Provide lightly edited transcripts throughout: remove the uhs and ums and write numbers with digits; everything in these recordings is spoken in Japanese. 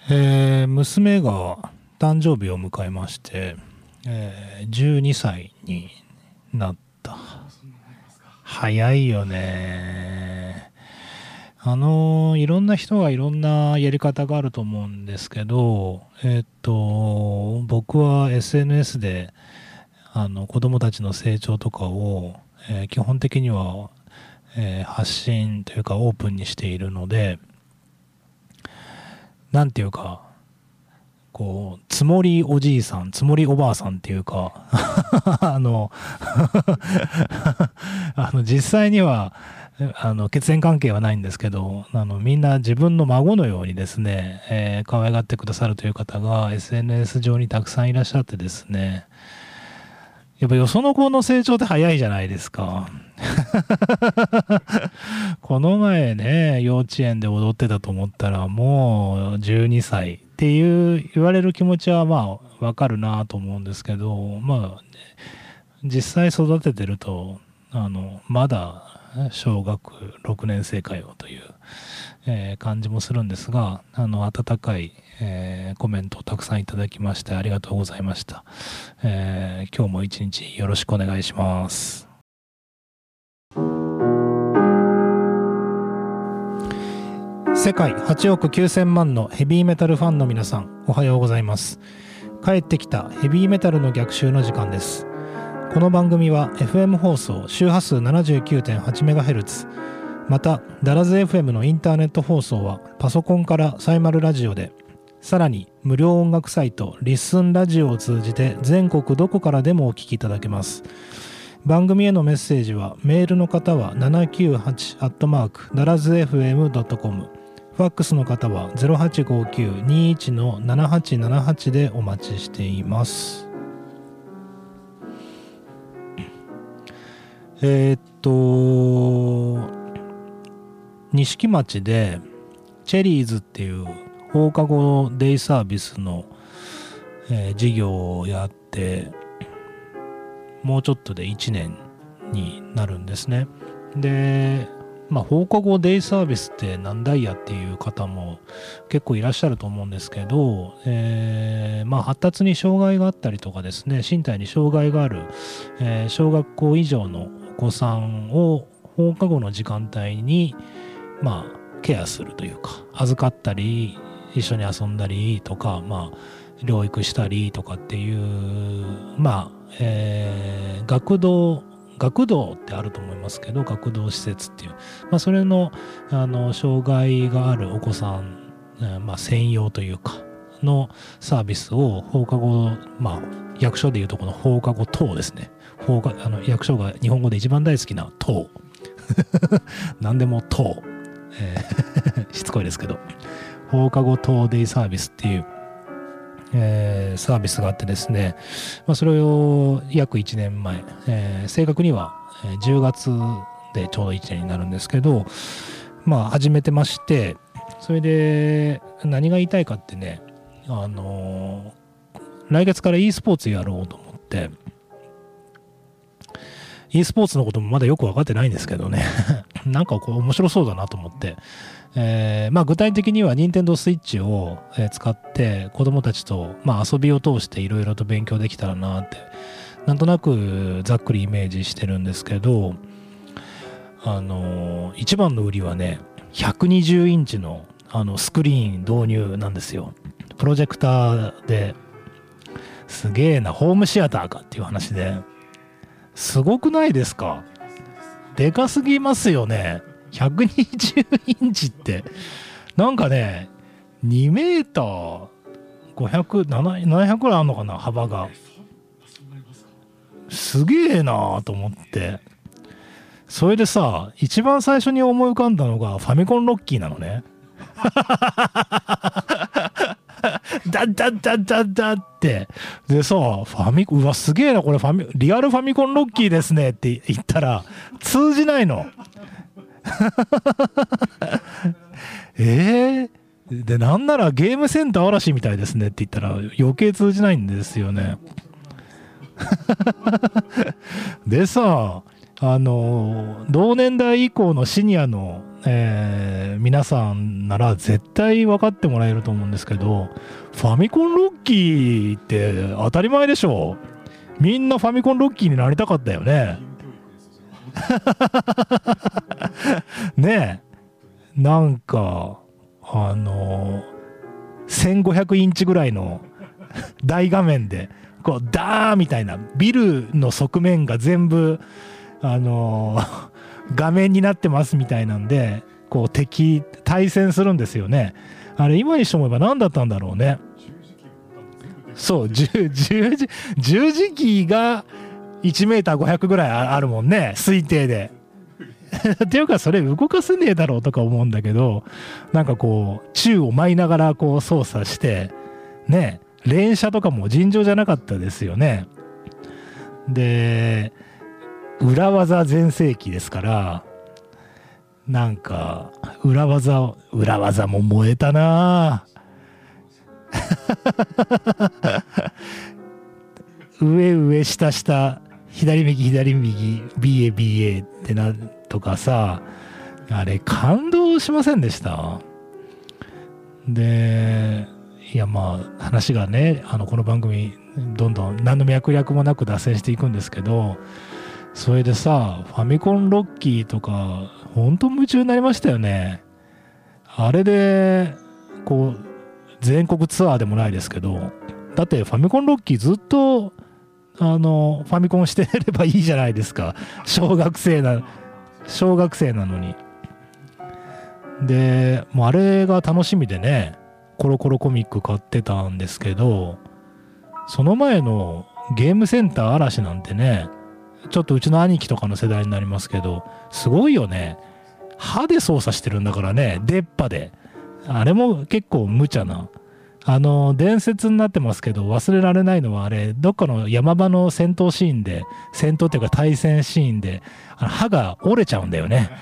娘が誕生日を迎えまして、12歳になった。早いよね。いろんな人がいろんなやり方があると思うんですけど、僕は SNS で子供たちの成長とかを、基本的には、発信というかオープンにしているので、なんていうか、こう、つもりおじいさん、つもりおばあさんっていうか、実際には、血縁関係はないんですけど、みんな自分の孫のようにですね、可愛がってくださるという方が SNS 上にたくさんいらっしゃってですね、やっぱよその子の成長って早いじゃないですか。この前ね、幼稚園で踊ってたと思ったらもう12歳っていう言われる気持ちはまあわかるなと思うんですけど、まあ実際育ててると、まだ小学6年生かよという、感じもするんですが、温かい、コメントをたくさんいただきましてありがとうございました。今日も一日よろしくお願いします。世界8億9000万のヘビーメタルファンの皆さん、おはようございます。帰ってきたヘビーメタルの逆襲の時間です。この番組は FM 放送周波数 79.8MHz、 またダラズ FM のインターネット放送はパソコンからサイマルラジオで、さらに無料音楽サイトリッスンラジオを通じて全国どこからでもお聞きいただけます。番組へのメッセージはメールの方は 798@darazfm.com、 ファックスの方は 0859-21-7878 でお待ちしています。錦町でチェリーズっていう放課後デイサービスの、事業をやってもうちょっとで1年になるんですね。で、放課後デイサービスってなんだいやっていう方も結構いらっしゃると思うんですけど、発達に障害があったりとかですね、身体に障害がある、小学校以上のお子さんを放課後の時間帯にケアするというか、預かったり一緒に遊んだりとか、療育したりとかっていう、学童ってあると思いますけど、学童施設っていう、それの、障害があるお子さん、専用というかのサービスを放課後、役所でいうとこの放課後等ですね。役所が日本語で一番大好きな等何でも等、しつこいですけど、放課後等デイサービスっていう、サービスがあってですね、それを約1年前、正確には10月でちょうど1年になるんですけど、始めてまして、それで何が言いたいかってね、来月から e スポーツやろうと思って、e スポーツのこともまだよく分かってないんですけどねなんかこう面白そうだなと思って、具体的には任天堂スイッチを使って子供たちと遊びを通していろいろと勉強できたらなってなんとなくざっくりイメージしてるんですけど、一番の売りはね、120インチのスクリーン導入なんですよ。プロジェクターですげえな、ホームシアターかっていう話ですごくないですか？でかすぎますよね。120インチってなんかね、2メーター500、700ぐらいあるのかな、幅が。すげえなと思って。それでさ、一番最初に思い浮かんだのがファミコンロッキーなのね。ダッダッダッダッダッって。でさ、うわ、すげえな、これリアルファミコンロッキーですねって言ったら、通じないの。で、なんならゲームセンター嵐みたいですねって言ったら余計通じないんですよね。でさ、同年代以降のシニアの皆さんなら絶対分かってもらえると思うんですけど、ファミコンロッキーって当たり前でしょ。みんなファミコンロッキーになりたかったよね。ねえ、なんか1500インチぐらいの大画面でこうダーみたいなビルの側面が全部画面になってますみたいなんで、こう対戦するんですよね。あれ今にして思えば何だったんだろうね。そう、十字キーが1メーター500ぐらいあるもんね、推定で。っていうかそれ動かせねえだろうとか思うんだけど、なんかこう宙を舞いながらこう操作してね、連射とかも尋常じゃなかったですよね。で裏技全盛期ですから、なんか裏技も燃えたな。上下下左右 BA ってなとかさ、あれ感動しませんでした？でいやまあ話がね、この番組どんどん何の脈略もなく脱線していくんですけど、それでさファミコンロッキーとかほんと夢中になりましたよね。あれでこう全国ツアーでもないですけど、だってファミコンロッキーずっとファミコンしてればいいじゃないですか。小学生なのに。でもうあれが楽しみでね、コロコロコミック買ってたんですけど、その前のゲームセンター嵐なんてね、ちょっとうちの兄貴とかの世代になりますけど、すごいよね。歯で操作してるんだからね、出っ歯で。あれも結構無茶な。伝説になってますけど、忘れられないのはあれ、どっかの山場の戦闘シーンで、戦闘っていうか対戦シーンで、歯が折れちゃうんだよね。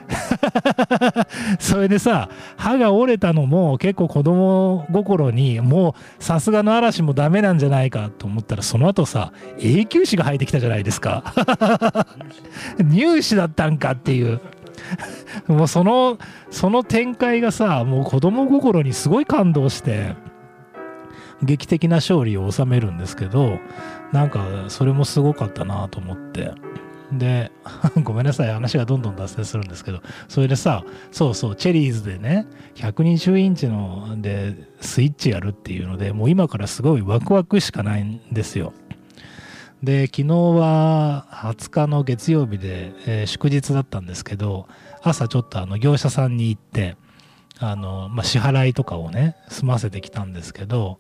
それでさ、歯が折れたのも結構子供心に、もうさすがの嵐もダメなんじゃないかと思ったら、その後さ、永久歯が生えてきたじゃないですか。乳歯だったんかっていう。もうその展開がさ、もう子供心にすごい感動して、劇的な勝利を収めるんですけど、なんかそれもすごかったなと思って。でごめんなさい、話がどんどん脱線するんですけど、それでさ、そうチェリーズでね120インチのでスイッチやるっていうので、もう今からすごいワクワクしかないんですよ。で昨日は20日の月曜日で、祝日だったんですけど、朝ちょっと業者さんに行って支払いとかをね済ませてきたんですけど、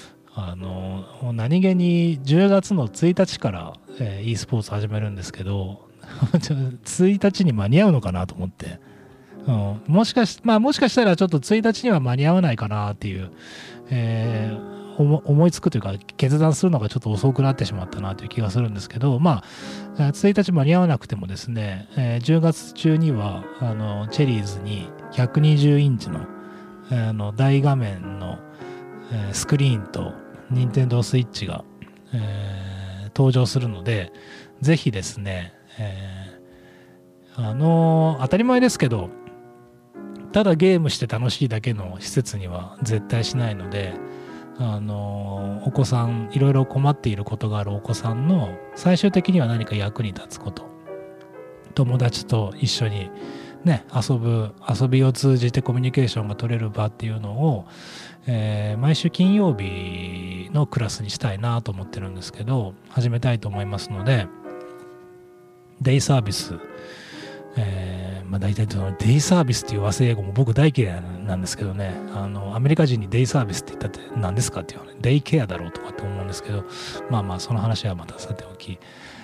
何気に10月の1日から、e スポーツ始めるんですけど1日に間に合うのかなと思って、もしかしたらちょっと1日には間に合わないかなっていう、思いつくというか決断するのがちょっと遅くなってしまったなという気がするんですけど、1日間に合わなくてもですね、10月中にはチェリーズに120インチの、大画面の、スクリーンと任天堂スイッチが、登場するので、ぜひですね、当たり前ですけど、ただゲームして楽しいだけの施設には絶対しないので、お子さん、いろいろ困っていることがあるお子さんの最終的には何か役に立つこと、友達と一緒にね遊びを通じてコミュニケーションが取れる場っていうのを、毎週金曜日のクラスにしたいなと思ってるんですけど、始めたいと思いますので、デイサービス、大体そのデイサービスっていう和製英語も僕大嫌いなんですけどね、アメリカ人にデイサービスって言ったって何ですかっていうね、デイケアだろうとかって思うんですけど、その話はまたさておき、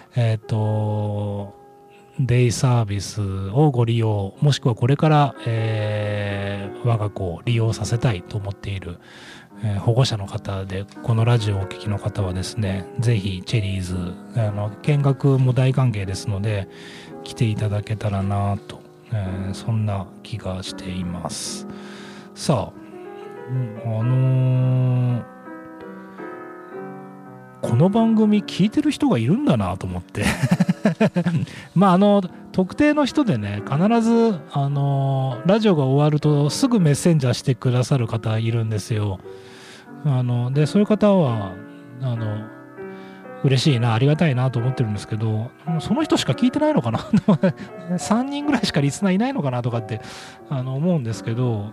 デイサービスをご利用、もしくはこれから、我が子を利用させたいと思っている、保護者の方でこのラジオをお聞きの方はですね、ぜひチェリーズ見学も大歓迎ですので来ていただけたらなと、そんな気がしています。さあ、 この番組聞いてる人がいるんだなと思ってまあ特定の人でね、必ずラジオが終わるとすぐメッセンジャーしてくださる方いるんですよ。でそういう方は嬉しいな、ありがたいなと思ってるんですけど、その人しか聞いてないのかな3人ぐらいしかリスナーいないのかなとかって思うんですけど、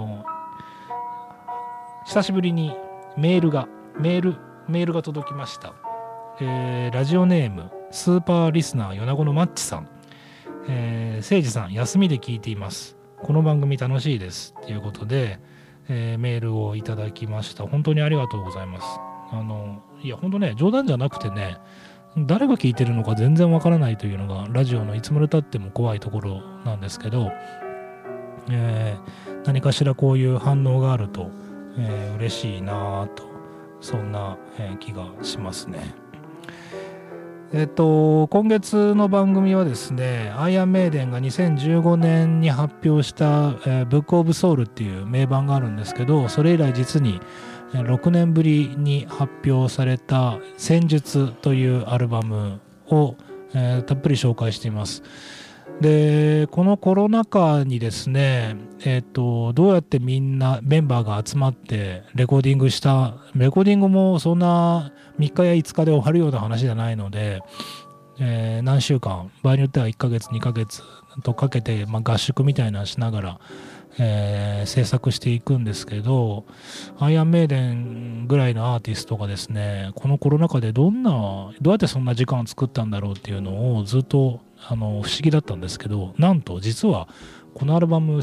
久しぶりにメールが届きました。ラジオネームスーパーリスナー米子のマッチさん、せいじさん、休みで聞いています、この番組楽しいですということで、メールをいただきました。本当にありがとうございます。いや本当ね、冗談じゃなくてね、誰が聞いてるのか全然わからないというのがラジオのいつまでたっても怖いところなんですけど、何かしらこういう反応があると、嬉しいなと、そんな、気がしますね。今月の番組はですね、アイアンメイデンが2015年に発表した、ブックオブソウルっていう名盤があるんですけど、それ以来実に6年ぶりに発表された戦術というアルバムを、たっぷり紹介しています。でこのコロナ禍にですね、どうやってみんなメンバーが集まってレコーディングもそんな3日や5日で終わるような話じゃないので、何週間、場合によっては1ヶ月2ヶ月とかけて、合宿みたいなのしながら、制作していくんですけど、アイアンメイデンぐらいのアーティストがですね、このコロナ禍でどうやってそんな時間を作ったんだろうっていうのをずっと不思議だったんですけど、なんと実はこのアルバム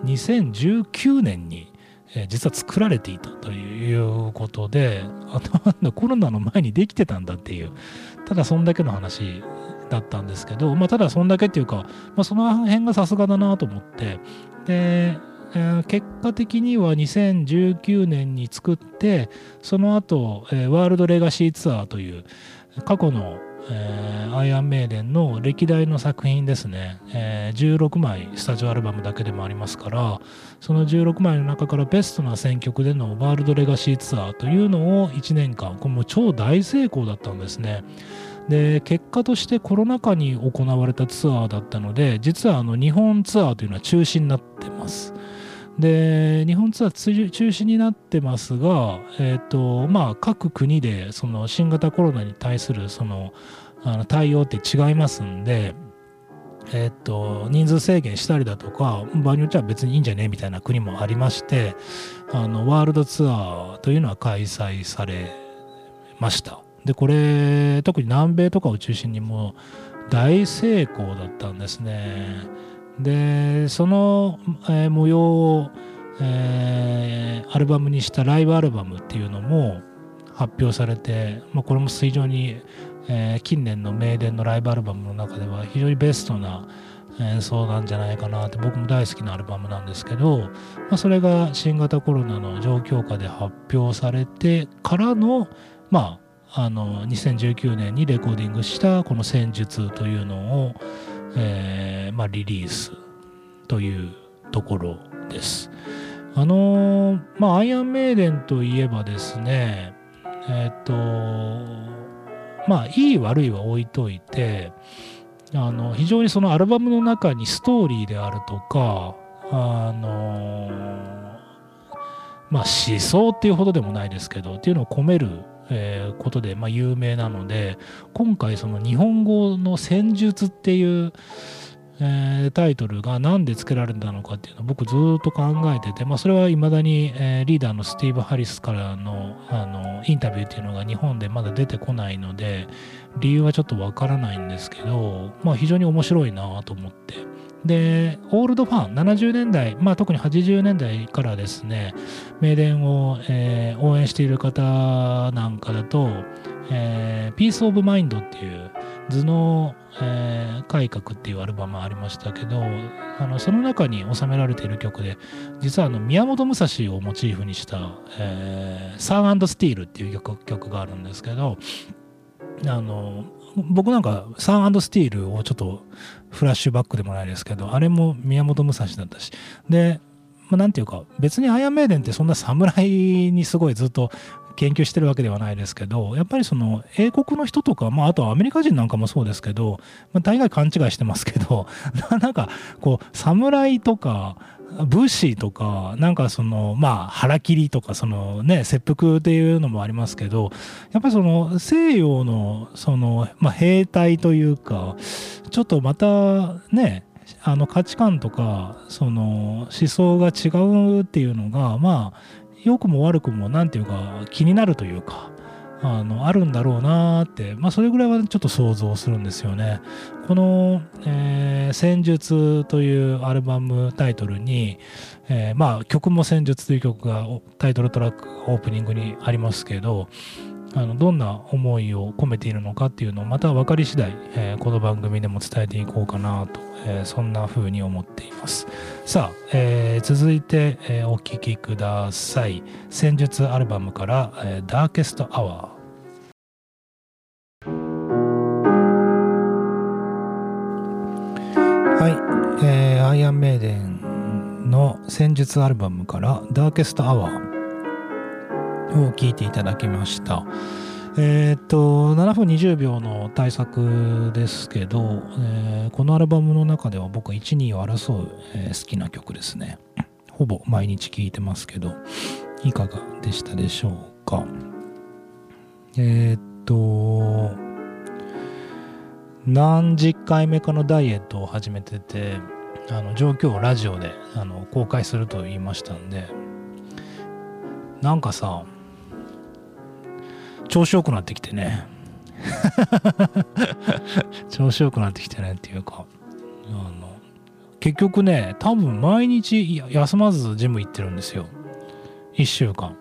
2019年に実は作られていたということで、コロナの前にできてたんだっていう、ただそんだけの話だったんですけど、ただそんだけっていうか、その辺がさすがだなと思って、で、結果的には2019年に作って、その後、ワールドレガシーツアーという過去のアイアンメイデンの歴代の作品ですね、16枚スタジオアルバムだけでもありますから、その16枚の中からベストな選曲でのワールドレガシーツアーというのを1年間、これも超大成功だったんですね。で結果としてコロナ禍に行われたツアーだったので、実は日本ツアーというのは中止になってます。で日本ツアー中止になってますが、各国でその新型コロナに対するその対応って違いますんで、人数制限したりだとか、場合によっては別にいいんじゃねみたいな国もありまして、ワールドツアーというのは開催されました。でこれ特に南米とかを中心にもう大成功だったんですね。でその、模様を、アルバムにしたライブアルバムっていうのも発表されて、これも非常に、近年の名電のライブアルバムの中では非常にベストな演奏なんじゃないかなって、僕も大好きなアルバムなんですけど、それが新型コロナの状況下で発表されてからの2019年にレコーディングしたこの戦術というのを、リリースというところです。アイアンメイデンといえばですね、いい悪いは置いといて、非常にそのアルバムの中にストーリーであるとか、思想っていうほどでもないですけどっていうのを込めることで有名なので、今回その日本語の戦術っていうタイトルが何で付けられたのかっていうのを僕ずっと考えてて、それはいまだにリーダーのスティーブ・ハリスからのインタビューっていうのが日本でまだ出てこないので理由はちょっとわからないんですけど、非常に面白いなと思って。でオールドファン70年代、特に80年代からですね、名電を、応援している方なんかだと、ピース・オブ・マインドっていう頭脳、改革っていうアルバムありましたけど、その中に収められている曲で、実は宮本武蔵をモチーフにした、サン&スティールっていう曲があるんですけど、僕なんかサン&スティールをちょっとフラッシュバックでもないですけど、あれも宮本武蔵だったし、でなんていうか別にアイアンメイデンってそんな侍にすごいずっと研究してるわけではないですけど、やっぱりその英国の人とか、あとはアメリカ人なんかもそうですけど、大概勘違いしてますけど、なんかこう侍とか武士とか、なんかその腹切りとか、そのね切腹っていうのもありますけど、やっぱりその西洋のその兵隊というか、ちょっとまたね価値観とかその思想が違うっていうのが良くも悪くもなんていうか気になるというか、あるんだろうなーって、それぐらいはちょっと想像するんですよね。この、戦術というアルバムタイトルに、曲も戦術という曲がタイトルトラックオープニングにありますけど、どんな思いを込めているのかっていうのをまた分かり次第、この番組でも伝えていこうかなと、そんな風に思っています。さあ、続いて、お聴きください。戦術アルバムから、ダーケストアワー。はい、アイアンメイデンの戦術アルバムからダーケストアワーを聴いていただきました。7分20秒の大作ですけど、このアルバムの中では僕は1、2を争う、好きな曲ですね。ほぼ毎日聴いてますけど、いかがでしたでしょうか。何十回目かのダイエットを始めてて、状況をラジオで公開すると言いましたんで、なんかさ調子良くなってきてね調子良くなってきてねっていうか、結局ね多分毎日休まずジム行ってるんですよ。1週間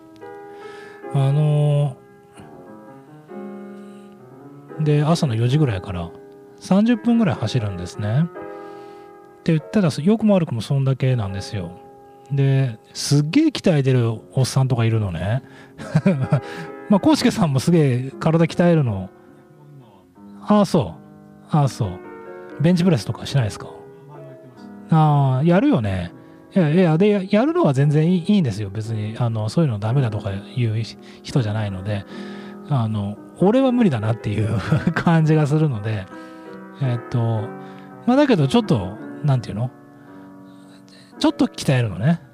で朝の4時ぐらいから30分ぐらい走るんですね。って言ったらよくも悪くもそんだけなんですよ。ですっげえ鍛えてるおっさんとかいるのねコウスケさんもすげえ体鍛えるの。そうベンチプレスとかしないですか？やるよね。でやるのは全然いいんですよ。別にそういうのダメだとかいう人じゃないので、俺は無理だなっていう感じがするので、だけどちょっとなんていうの、ちょっと鍛えるのね。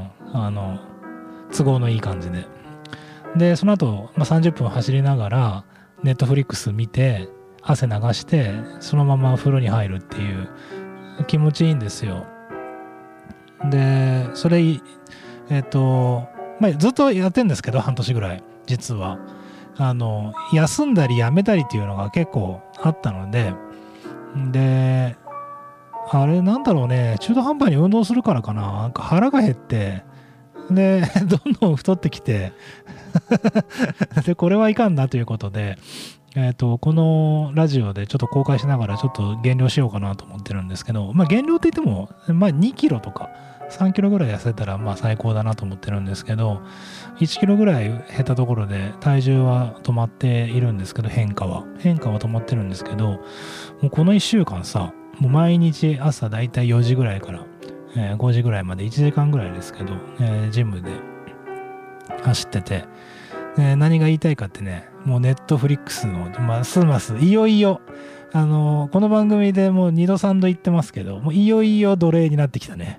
都合のいい感じで。でその後、30分走りながらネットフリックス見て汗流してそのまま風呂に入るっていう気持ちいいんですよ。でそれずっとやってんですけど、半年ぐらい実は休んだりやめたりっていうのが結構あったので、あれなんだろうね、中途半端に運動するからかな、なんか腹が減ってでどんどん太ってきてでこれはいかんなということで、このラジオでちょっと公開しながらちょっと減量しようかなと思ってるんですけど、減量って言っても、2キロとか3キロぐらい痩せたら最高だなと思ってるんですけど、1キロぐらい減ったところで体重は止まっているんですけど、変化は止まってるんですけど、もうこの1週間さ、もう毎日朝だいたい4時ぐらいから、5時ぐらいまで1時間ぐらいですけど、ジムで走ってて、何が言いたいかってね、もうネットフリックスのますますいよいよこの番組でもう2度3度言ってますけど、もういよいよ奴隷になってきたね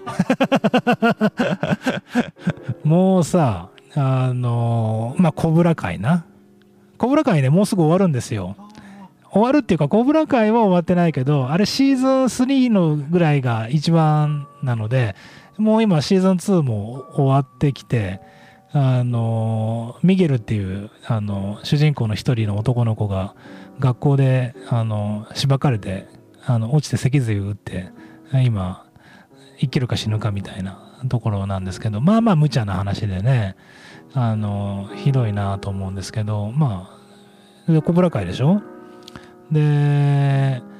もうさコブラ会ね、もうすぐ終わるんですよ。終わるっていうか、コブラ会は終わってないけど、あれシーズン3のぐらいが一番なので、もう今シーズン2も終わってきて、ミゲルっていう主人公の一人の男の子が学校でしばかれて落ちて脊髄を打って、今生きるか死ぬかみたいなところなんですけど、無茶な話でね、ひどいなと思うんですけど、コブラ会でしょ。で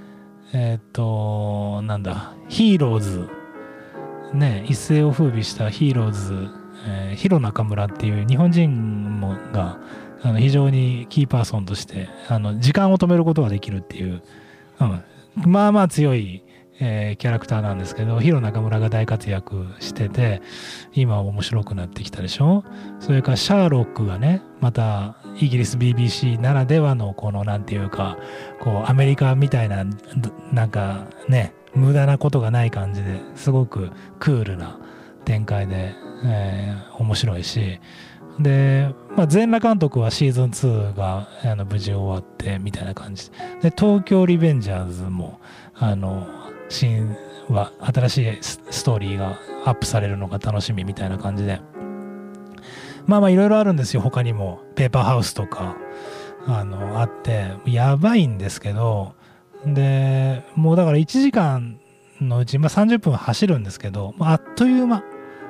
なんだ、ヒーローズね、一世を風靡したヒーローズ、ヒロ中村っていう日本人が非常にキーパーソンとして時間を止めることができるっていう、強いキャラクターなんですけど、ヒロ中村が大活躍してて、今は面白くなってきたでしょ。それからシャーロックがね、またイギリス BBC ならではのこのなんていうか、こうアメリカみたいななんかね、無駄なことがない感じですごくクールな展開で、面白いし、で、全裸監督はシーズン2が無事終わってみたいな感じで、東京リベンジャーズも新しいストーリーがアップされるのが楽しみみたいな感じで、いろいろあるんですよ。他にもペーパーハウスとかあってやばいんですけど、でもうだから1時間のうち、30分走るんですけど、あっという間、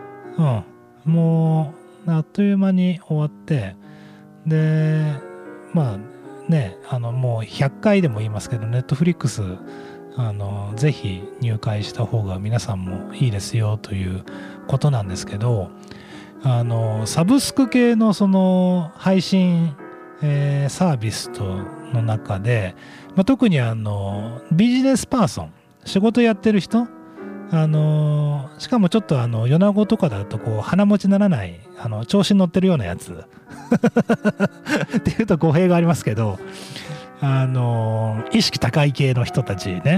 もうあっという間に終わって、でもう100回でも言いますけど、ネットフリックスぜひ入会した方が皆さんもいいですよということなんですけど、サブスク系のその配信、サービスの中で、特にビジネスパーソン、仕事やってる人、しかもちょっと米子とかだとこう鼻持ちならない調子に乗ってるようなやつっていうと語弊がありますけど、意識高い系の人たちね、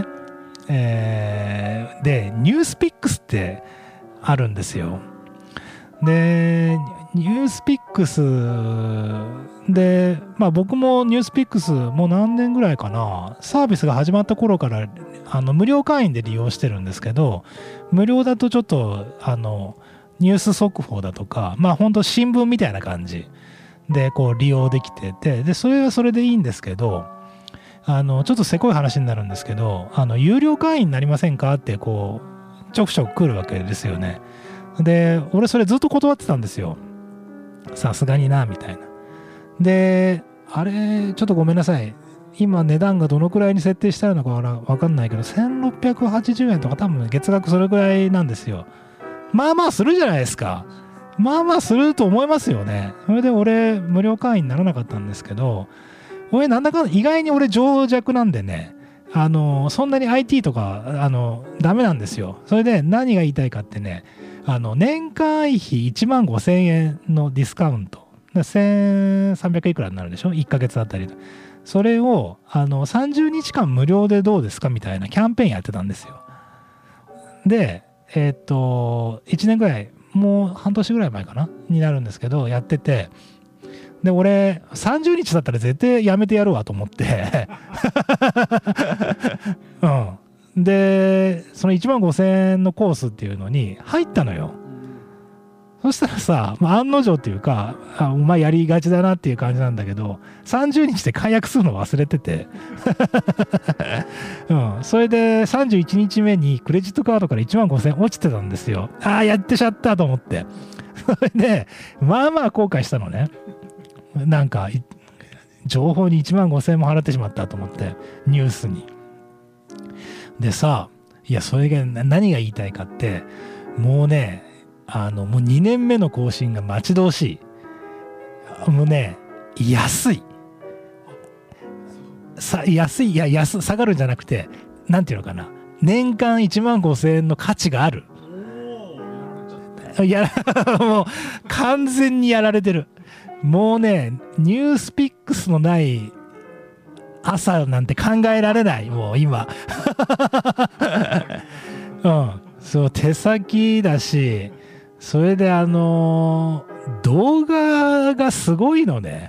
でニュースピックスってあるんですよ。でニュースピックスで、僕もニュースピックスもう何年ぐらいかな、サービスが始まった頃から無料会員で利用してるんですけど、無料だとちょっとニュース速報だとか、本当新聞みたいな感じでこう利用できてて、でそれはそれでいいんですけど、ちょっとせこい話になるんですけど、有料会員になりませんかってこうちょくちょく来るわけですよね。で俺それずっと断ってたんですよ。さすがになみたいな。であれちょっとごめんなさい、今値段がどのくらいに設定してあるのかわかんないけど、1680円とか多分月額それくらいなんですよ。するじゃないですか。すると思いますよね。それで俺無料会員にならなかったんですけど、俺なんだかんだ意外に俺情弱なんでね、そんなに IT とかダメなんですよ。それで何が言いたいかってね、年間費1万5千円のディスカウント1300いくらになるでしょ、1ヶ月あたり。それを30日間無料でどうですかみたいなキャンペーンやってたんですよ。で1年ぐらい、もう半年ぐらい前かなになるんですけど、やってて、で俺30日だったら絶対やめてやるわと思ってでその1万5千円のコースっていうのに入ったのよ。そしたらさ、案の定っていうか、お前やりがちだなっていう感じなんだけど、30日で解約するの忘れててそれで31日目にクレジットカードから1万5千円落ちてたんですよ。やってしゃったと思って、それで後悔したのね。なんか情報に1万5千円も払ってしまったと思って、ニュースに。でさ、いやそれが何が言いたいかって、もうねもう2年目の更新が待ち遠しい。もうね安い下がるんじゃなくて、なんていうのかな、年間1万5千円の価値がある。もう完全にやられてる。もうねニュースピックスのない朝なんて考えられない、もう今そう手先だし、それで動画がすごいのね。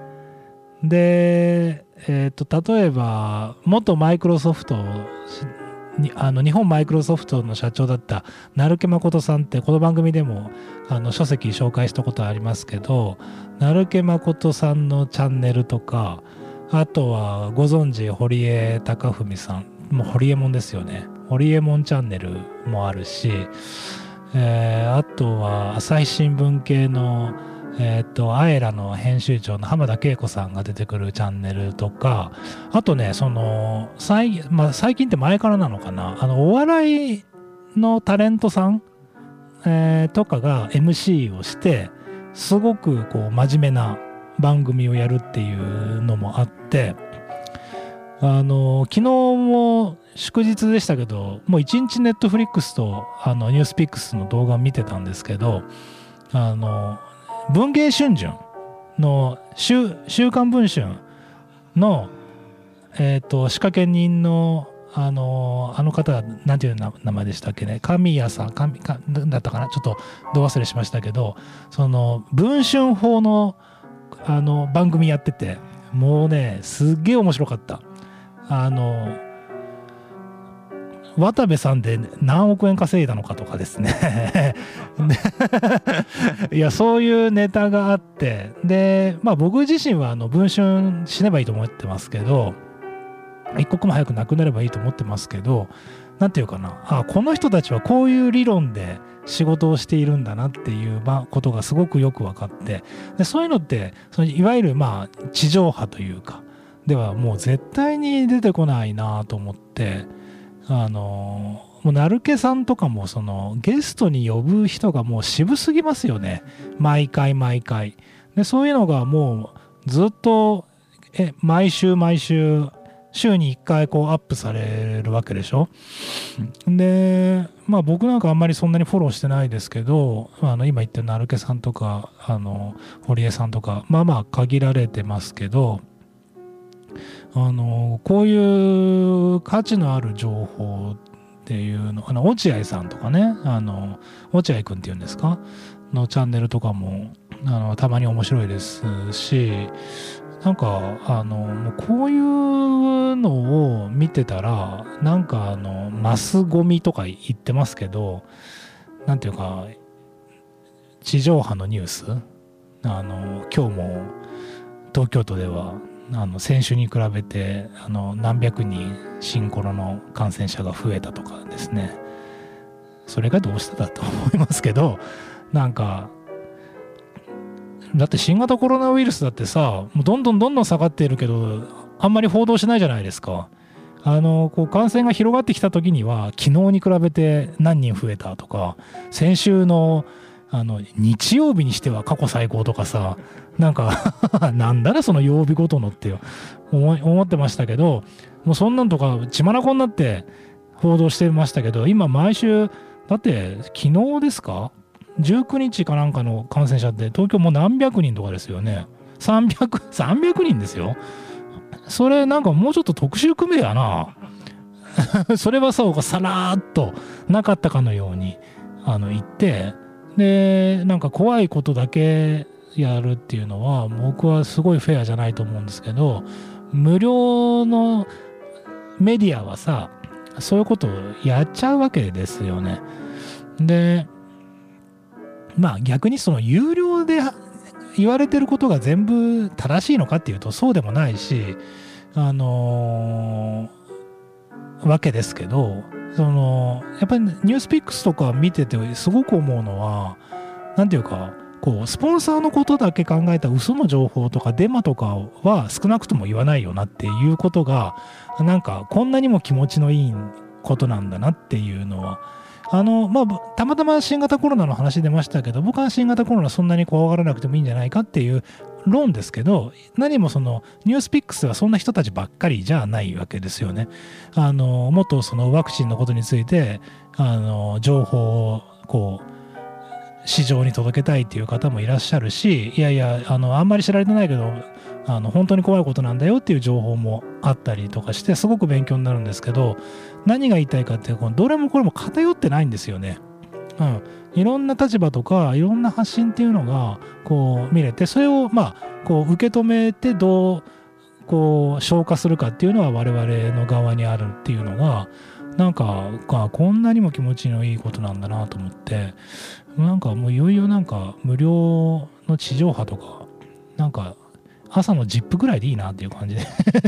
で例えば元マイクロソフトに日本マイクロソフトの社長だった成毛誠さんって、この番組でも書籍紹介したことありますけど、成毛誠さんのチャンネルとか、あとはご存知堀江貴文さん、もう堀江門ですよね、堀江門チャンネルもあるし、あとは朝日新聞系のアエラの編集長の浜田恵子さんが出てくるチャンネルとか、あとね最近って前からなのかな、お笑いのタレントさん、とかが MC をして、すごくこう真面目な番組をやるっていうのもあって、 昨日も祝日でしたけど、もう一日ネットフリックスとニュースピックスの動画を見てたんですけど、文藝春秋の週刊文春の、仕掛け人のあの方はなんていう名前でしたっけね、神谷さんだったかな、ちょっとど忘れしましたけど、その文春法の番組やってて、もうねすっげえ面白かった。渡部さんで何億円稼いだのかとかですねいやそういうネタがあって、でまあ僕自身は文春死ねばいいと思ってますけど、一刻も早くなくなればいいと思ってますけど、なんていうかな、この人たちはこういう理論で仕事をしているんだなっていうことがすごくよく分かって、でそういうのっていわゆる地上波というかではもう絶対に出てこないなと思って、もう成毛さんとかもゲストに呼ぶ人がもう渋すぎますよね、毎回毎回。でそういうのがもうずっと毎週毎週週に1回こうアップされるわけでしょ。で僕なんかあんまりそんなにフォローしてないですけど、今言ってる成毛さんとか堀江さんとか限られてますけど、こういう価値のある情報っていうの、落合さんとかね、落合くんっていうんですかのチャンネルとかもたまに面白いですし、なんかもうこういうのを見てたらなんかマスゴミとか言ってますけど、なんていうか地上波のニュース、今日も東京都では先週に比べて何百人新コロの感染者が増えたとかですね、それがどうしてだと思いますけど、なんかだって新型コロナウイルスだってさ、もうどんどん下がっているけどあんまり報道しないじゃないですか。こう感染が広がってきた時には昨日に比べて何人増えたとか、先週の日曜日にしては過去最高とかさ、なんかなんだろその曜日ごとのって思ってましたけど、もうそんなんとか血眼になって報道してましたけど、今毎週だって昨日ですか19日かなんかの感染者って東京もう何百人とかですよね。300人ですよ。それなんかもうちょっと特集組めやなそれはさらーっとなかったかのように言って、でなんか怖いことだけやるっていうのは僕はすごいフェアじゃないと思うんですけど、無料のメディアはさそういうことをやっちゃうわけですよね。で逆にその有料で言われてることが全部正しいのかっていうとそうでもないし、わけですけど、やっぱりニュースピックスとか見ててすごく思うのは、なんていうかこうスポンサーのことだけ考えた嘘の情報とかデマとかは少なくとも言わないよなっていうことが、なんかこんなにも気持ちのいいことなんだなっていうのは、たまたま新型コロナの話出ましたけど、僕は新型コロナそんなに怖がらなくてもいいんじゃないかっていう論ですけど、何もニュースピックスはそんな人たちばっかりじゃないわけですよね。もっとワクチンのことについて情報をこう市場に届けたいっていう方もいらっしゃるし、いやいやあんまり知られてないけど本当に怖いことなんだよっていう情報もあったりとかしてすごく勉強になるんですけど、何が言いたいかっていうとどれもこれも偏ってないんですよね。いろんな立場とかいろんな発信っていうのがこう見れて、それをこう受け止めてどうこう消化するかっていうのは我々の側にあるっていうのが、なんかこんなにも気持ちのいいことなんだなと思って、なんかもういよいよなんか無料の地上波とかなんか朝のZIPぐらいでいいなっていう感じで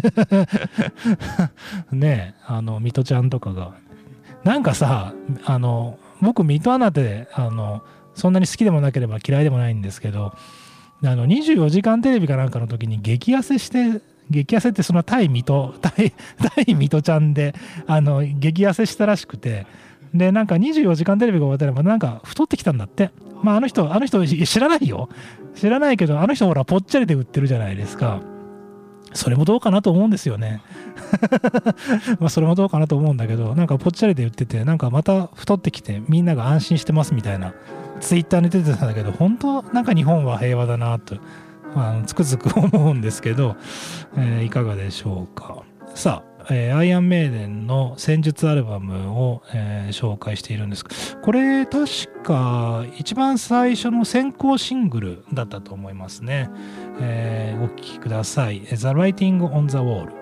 ねえ、水戸ちゃんとかがなんかさ、僕水戸アナってそんなに好きでもなければ嫌いでもないんですけど、24時間テレビかなんかの時に激痩せってその対水戸ちゃんで激痩せしたらしくて、でなんか24時間テレビが終わったらなんか太ってきたんだって。あの人知らないよ、知らないけどあの人ほらぽっちゃりで売ってるじゃないですか。 それもどうかなと思うんですよね。まあそれもどうかなと思うんだけど、なんかぽっちゃりで言ってて、なんかまた太ってきてみんなが安心してますみたいなツイッターに出てたんだけど、本当なんか日本は平和だなと、つくづく思うんですけど、いかがでしょうか。さあ、アイアンメイデンの戦術アルバムを、紹介しているんですが、これ確か一番最初の先行シングルだったと思いますね。お聴きください。The Writing on the Wall。